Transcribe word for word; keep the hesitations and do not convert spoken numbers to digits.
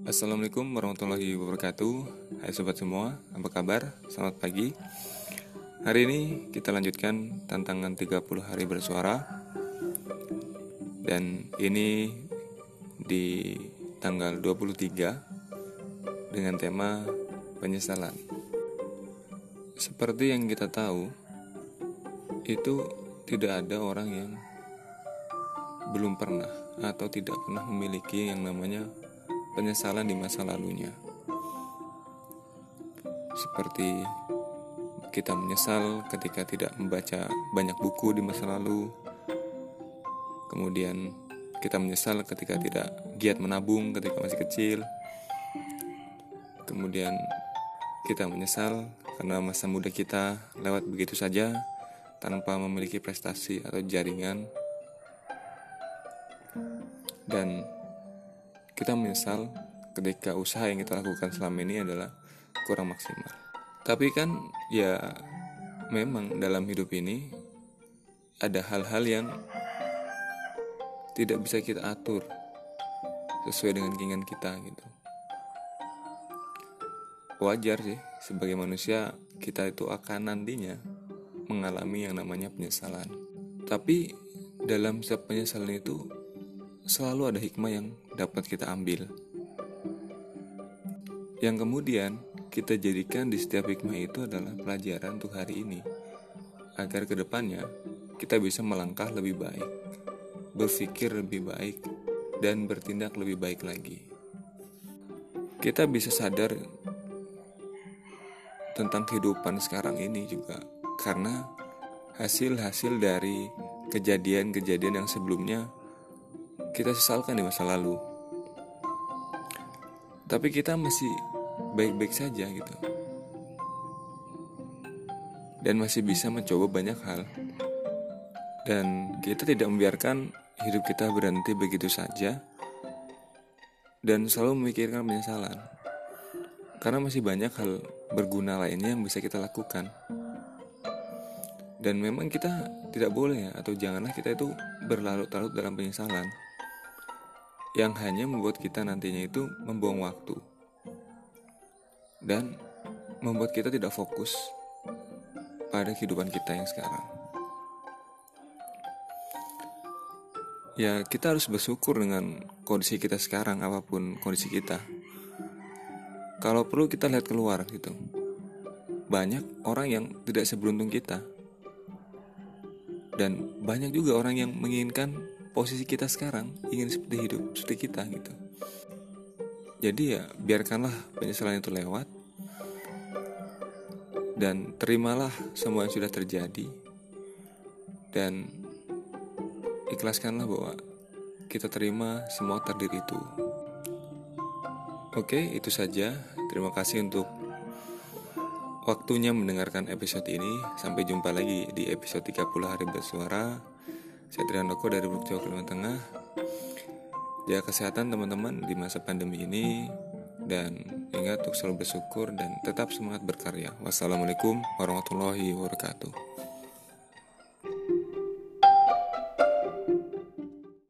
Assalamualaikum warahmatullahi wabarakatuh. Hai sobat semua, apa kabar? Selamat pagi. Hari ini kita lanjutkan tantangan tiga puluh hari bersuara. Dan ini di tanggal dua puluh tiga dengan tema penyesalan. Seperti yang kita tahu, itu tidak ada orang yang belum pernah atau tidak pernah memiliki yang namanya penyesalan di masa lalunya. Seperti kita menyesal ketika tidak membaca banyak buku di masa lalu. Kemudian kita menyesal ketika tidak giat menabung ketika masih kecil. Kemudian kita menyesal karena masa muda kita lewat begitu saja tanpa memiliki prestasi atau jaringan. Dan kita menyesal ketika usaha yang kita lakukan selama ini adalah kurang maksimal. Tapi kan ya memang dalam hidup ini ada hal-hal yang tidak bisa kita atur sesuai dengan keinginan kita gitu. Wajar sih, sebagai manusia kita itu akan nantinya mengalami yang namanya penyesalan. Tapi dalam setiap penyesalan itu selalu ada hikmah yang dapat kita ambil, yang kemudian kita jadikan di setiap hikmah itu adalah pelajaran untuk hari ini, agar kedepannya kita bisa melangkah lebih baik, berpikir lebih baik, dan bertindak lebih baik lagi. Kita bisa sadar tentang kehidupan sekarang ini juga karena hasil-hasil dari kejadian-kejadian yang sebelumnya kita sesalkan di masa lalu. Tapi kita masih baik-baik saja gitu. Dan masih bisa mencoba banyak hal. Dan kita tidak membiarkan hidup kita berhenti begitu saja dan selalu memikirkan penyesalan. Karena masih banyak hal berguna lainnya yang bisa kita lakukan. Dan memang kita tidak boleh atau janganlah kita itu berlarut-larut dalam penyesalan yang hanya membuat kita nantinya itu membuang waktu dan membuat kita tidak fokus pada kehidupan kita yang sekarang. Ya, kita harus bersyukur dengan kondisi kita sekarang, apapun kondisi kita. Kalau perlu kita lihat keluar gitu. Banyak orang yang tidak seberuntung kita. Dan banyak juga orang yang menginginkan posisi kita sekarang, ingin seperti hidup seperti kita gitu. Jadi ya biarkanlah penyesalan itu lewat dan terimalah semua yang sudah terjadi dan ikhlaskanlah bahwa kita terima semua takdir itu. Oke, itu saja. Terima kasih untuk waktunya mendengarkan episode ini. Sampai jumpa lagi di episode tiga puluh hari bersuara. Saya Triandoko dari Buk Jawa Kalimantan Tengah. Jaga kesehatan teman-teman di masa pandemi ini. Dan ingat untuk selalu bersyukur dan tetap semangat berkarya. Wassalamualaikum warahmatullahi wabarakatuh.